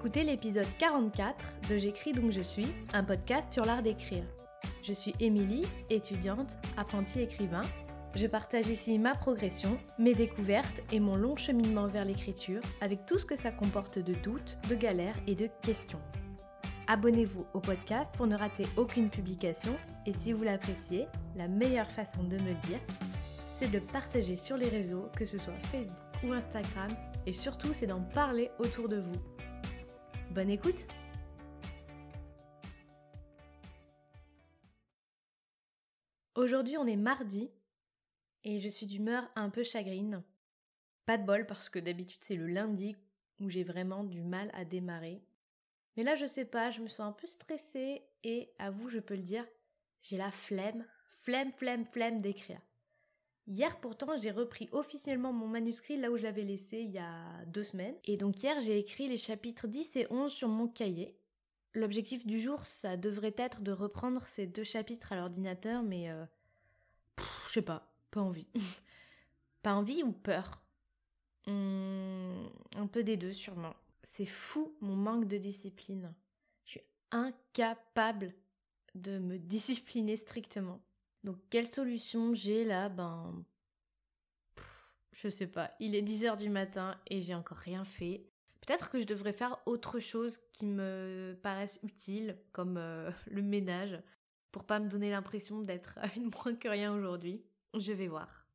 écouter l'épisode 44 de J'écris donc je suis, un podcast sur l'art d'écrire. Je suis Émilie, étudiante, apprentie écrivain. Je partage ici ma progression, mes découvertes et mon long cheminement vers l'écriture avec tout ce que ça comporte de doutes, de galères et de questions. Abonnez-vous au podcast pour ne rater aucune publication et si vous l'appréciez, la meilleure façon de me le dire, c'est de le partager sur les réseaux, que ce soit Facebook ou Instagram, et surtout c'est d'en parler autour de vous. Bonne écoute! Aujourd'hui on est mardi et je suis d'humeur un peu chagrine. Pas de bol parce que d'habitude c'est le lundi où j'ai vraiment du mal à démarrer. Mais là je sais pas, je me sens un peu stressée et à vous je peux le dire, j'ai la flemme d'écrire. Hier pourtant j'ai repris officiellement mon manuscrit là où je l'avais laissé il y a 2 semaines. Et donc hier j'ai écrit les chapitres 10 et 11 sur mon cahier. L'objectif du jour ça devrait être de reprendre ces 2 chapitres à l'ordinateur mais je sais pas envie. Pas envie ou peur un peu des deux sûrement. C'est fou mon manque de discipline. Je suis incapable de me discipliner strictement. Donc quelle solution j'ai là? Je sais pas. Il est 10h du matin et j'ai encore rien fait. Peut-être que je devrais faire autre chose qui me paraisse utile, comme le ménage, pour pas me donner l'impression d'être à une moins que rien aujourd'hui. Je vais voir.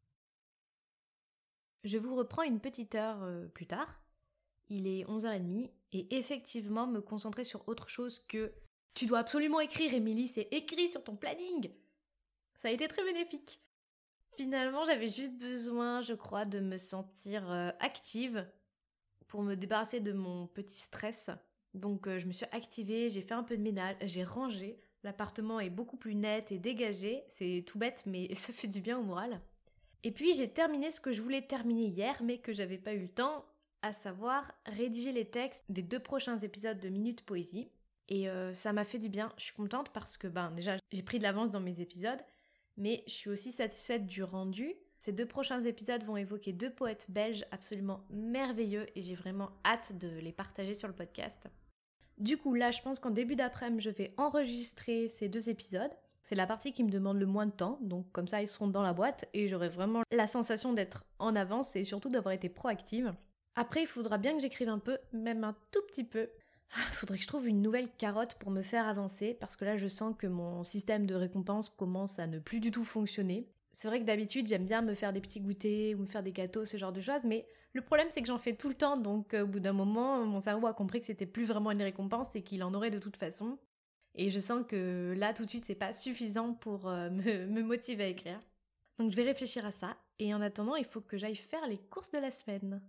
Je vous reprends une petite heure plus tard. Il est 11h30 et effectivement me concentrer sur autre chose que « Tu dois absolument écrire, Émilie, c'est écrit sur ton planning !» Ça a été très bénéfique. Finalement, j'avais juste besoin, je crois, de me sentir active pour me débarrasser de mon petit stress. Donc je me suis activée, j'ai fait un peu de ménage, j'ai rangé. L'appartement est beaucoup plus net et dégagé. C'est tout bête, mais ça fait du bien au moral. Et puis j'ai terminé ce que je voulais terminer hier, mais que j'avais pas eu le temps, à savoir rédiger les textes des 2 prochains épisodes de Minute Poésie. Et ça m'a fait du bien, je suis contente parce que déjà j'ai pris de l'avance dans mes épisodes, mais je suis aussi satisfaite du rendu. Ces 2 prochains épisodes vont évoquer 2 poètes belges absolument merveilleux et j'ai vraiment hâte de les partager sur le podcast. Du coup là je pense qu'en début d'après-midi je vais enregistrer ces 2 épisodes. C'est la partie qui me demande le moins de temps, donc comme ça ils seront dans la boîte et j'aurai vraiment la sensation d'être en avance et surtout d'avoir été proactive. Après il faudra bien que j'écrive un peu, même un tout petit peu. Faudrait que je trouve une nouvelle carotte pour me faire avancer parce que là je sens que mon système de récompense commence à ne plus du tout fonctionner. C'est vrai que d'habitude j'aime bien me faire des petits goûters ou me faire des gâteaux, ce genre de choses, mais le problème c'est que j'en fais tout le temps donc au bout d'un moment mon cerveau a compris que c'était plus vraiment une récompense et qu'il en aurait de toute façon. Et je sens que là tout de suite c'est pas suffisant pour me motiver à écrire. Donc je vais réfléchir à ça et en attendant il faut que j'aille faire les courses de la semaine.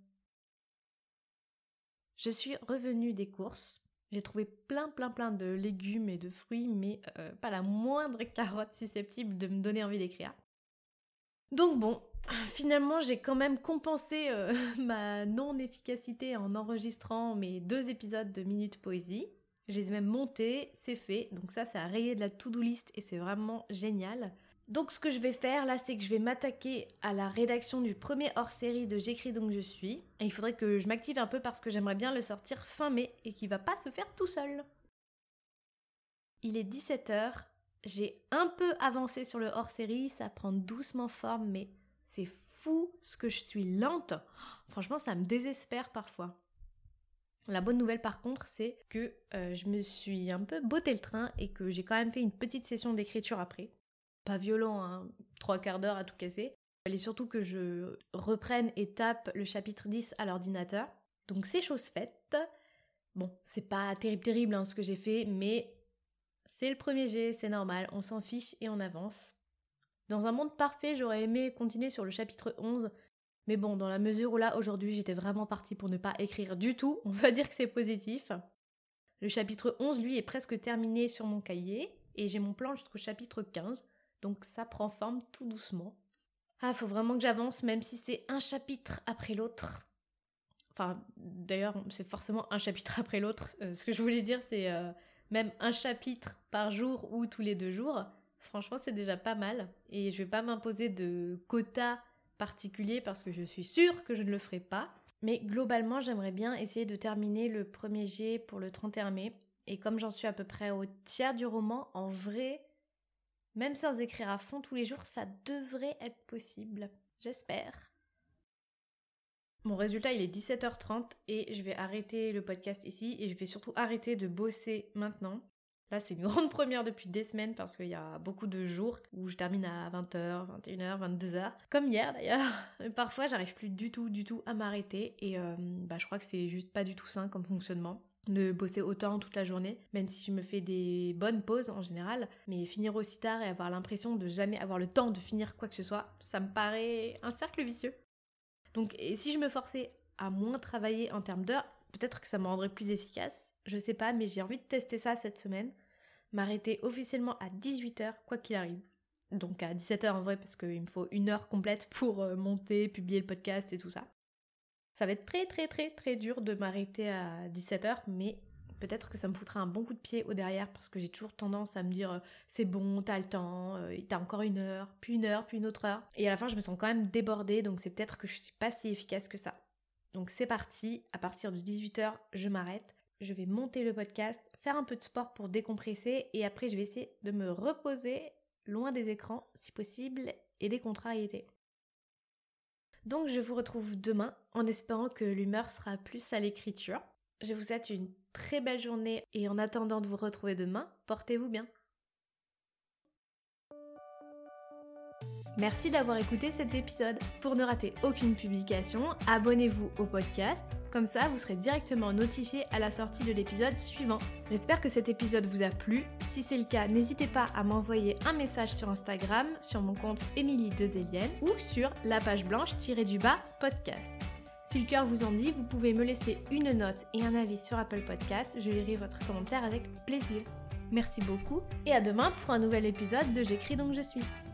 Je suis revenue des courses, j'ai trouvé plein de légumes et de fruits, mais pas la moindre carotte susceptible de me donner envie d'écrire. Donc bon, finalement j'ai quand même compensé ma non-efficacité en enregistrant mes 2 épisodes de Minute Poésie. Je les ai même montés, c'est fait, donc ça a rayé de la to-do list et c'est vraiment génial. Donc ce que je vais faire là, c'est que je vais m'attaquer à la rédaction du premier hors-série de J'écris donc je suis. Et il faudrait que je m'active un peu parce que j'aimerais bien le sortir fin mai et qu'il va pas se faire tout seul. Il est 17h, j'ai un peu avancé sur le hors-série, ça prend doucement forme, mais c'est fou ce que je suis lente. Franchement, ça me désespère parfois. La bonne nouvelle par contre, c'est que je me suis un peu botté le train et que j'ai quand même fait une petite session d'écriture après. Pas violent, hein, 3/4 d'heure à tout casser. Il fallait surtout que je reprenne et tape le chapitre 10 à l'ordinateur. Donc c'est chose faite. Bon, c'est pas terrible hein, ce que j'ai fait, mais c'est le premier jet, c'est normal, on s'en fiche et on avance. Dans un monde parfait, j'aurais aimé continuer sur le chapitre 11, mais bon, dans la mesure où là, aujourd'hui, j'étais vraiment partie pour ne pas écrire du tout, on va dire que c'est positif. Le chapitre 11, lui, est presque terminé sur mon cahier, et j'ai mon plan jusqu'au chapitre 15, donc ça prend forme tout doucement. Faut vraiment que j'avance, même si c'est un chapitre après l'autre. Enfin, d'ailleurs, c'est forcément un chapitre après l'autre. Ce que je voulais dire, c'est même un chapitre par jour ou tous les 2 jours. Franchement, c'est déjà pas mal. Et je vais pas m'imposer de quota particulier parce que je suis sûre que je ne le ferai pas. Mais globalement, j'aimerais bien essayer de terminer le premier jet pour le 31 mai. Et comme j'en suis à peu près au tiers du roman, en vrai, même sans écrire à fond tous les jours, ça devrait être possible. J'espère. Mon résultat, il est 17h30 et je vais arrêter le podcast ici et je vais surtout arrêter de bosser maintenant. Là, c'est une grande première depuis des semaines parce qu'il y a beaucoup de jours où je termine à 20h, 21h, 22h. Comme hier d'ailleurs. Parfois, j'arrive plus du tout à m'arrêter et je crois que c'est juste pas du tout sain comme fonctionnement de bosser autant toute la journée, même si je me fais des bonnes pauses en général, mais finir aussi tard et avoir l'impression de jamais avoir le temps de finir quoi que ce soit, ça me paraît un cercle vicieux. Donc, et si je me forçais à moins travailler en termes d'heures, peut-être que ça me rendrait plus efficace. Je sais pas, mais j'ai envie de tester ça cette semaine. M'arrêter officiellement à 18h, quoi qu'il arrive. Donc à 17h en vrai, parce qu'il me faut 1 heure complète pour monter, publier le podcast et tout ça. Ça va être très dur de m'arrêter à 17h, mais peut-être que ça me foutra un bon coup de pied au derrière parce que j'ai toujours tendance à me dire c'est bon, t'as le temps, t'as encore 1 heure, puis 1 heure, puis une autre heure. Et à la fin, je me sens quand même débordée, donc c'est peut-être que je suis pas si efficace que ça. Donc c'est parti, à partir de 18h, je m'arrête, je vais monter le podcast, faire un peu de sport pour décompresser et après je vais essayer de me reposer loin des écrans si possible et des contrariétés. Donc je vous retrouve demain en espérant que l'humeur sera plus à l'écriture. Je vous souhaite une très belle journée et en attendant de vous retrouver demain, portez-vous bien. Merci d'avoir écouté cet épisode. Pour ne rater aucune publication, abonnez-vous au podcast. Comme ça, vous serez directement notifié à la sortie de l'épisode suivant. J'espère que cet épisode vous a plu. Si c'est le cas, n'hésitez pas à m'envoyer un message sur Instagram, sur mon compte Émilie Dezelienne ou sur la page blanche-podcast. Si le cœur vous en dit, vous pouvez me laisser une note et un avis sur Apple Podcast. Je lirai votre commentaire avec plaisir. Merci beaucoup et à demain pour un nouvel épisode de J'écris donc je suis.